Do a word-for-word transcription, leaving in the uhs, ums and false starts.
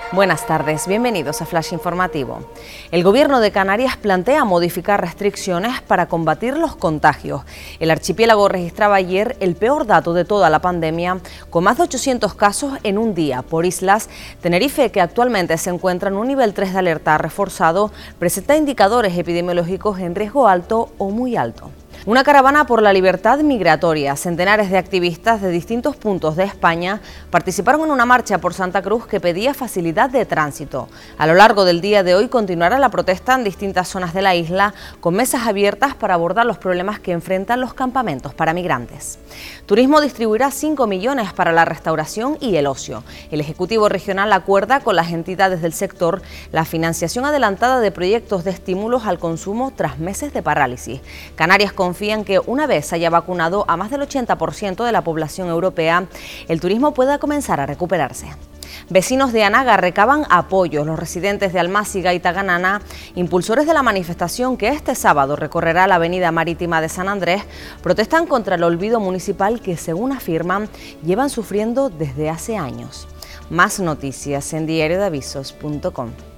Buenas tardes, bienvenidos a Flash Informativo. El Gobierno de Canarias plantea modificar restricciones para combatir los contagios. El archipiélago registraba ayer el peor dato de toda la pandemia, con más de ochocientos casos en un día. Por islas, Tenerife, que actualmente se encuentra en un nivel tres de alerta reforzado, presenta indicadores epidemiológicos en riesgo alto o muy alto. Una caravana por la libertad migratoria. Centenares de activistas de distintos puntos de España participaron en una marcha por Santa Cruz que pedía facilidad de tránsito. A lo largo del día de hoy continuará la protesta en distintas zonas de la isla, con mesas abiertas para abordar los problemas que enfrentan los campamentos para migrantes. Turismo distribuirá cinco millones para la restauración y el ocio. El Ejecutivo Regional acuerda con las entidades del sector la financiación adelantada de proyectos de estímulos al consumo tras meses de parálisis. Canarias confían que una vez haya vacunado a más del ochenta por ciento de la población europea, el turismo pueda comenzar a recuperarse. Vecinos de Anaga recaban apoyos. Los residentes de Almáciga y Taganana, impulsores de la manifestación que este sábado recorrerá la avenida marítima de San Andrés, protestan contra el olvido municipal que, según afirman, llevan sufriendo desde hace años. Más noticias en diario de avisos punto com.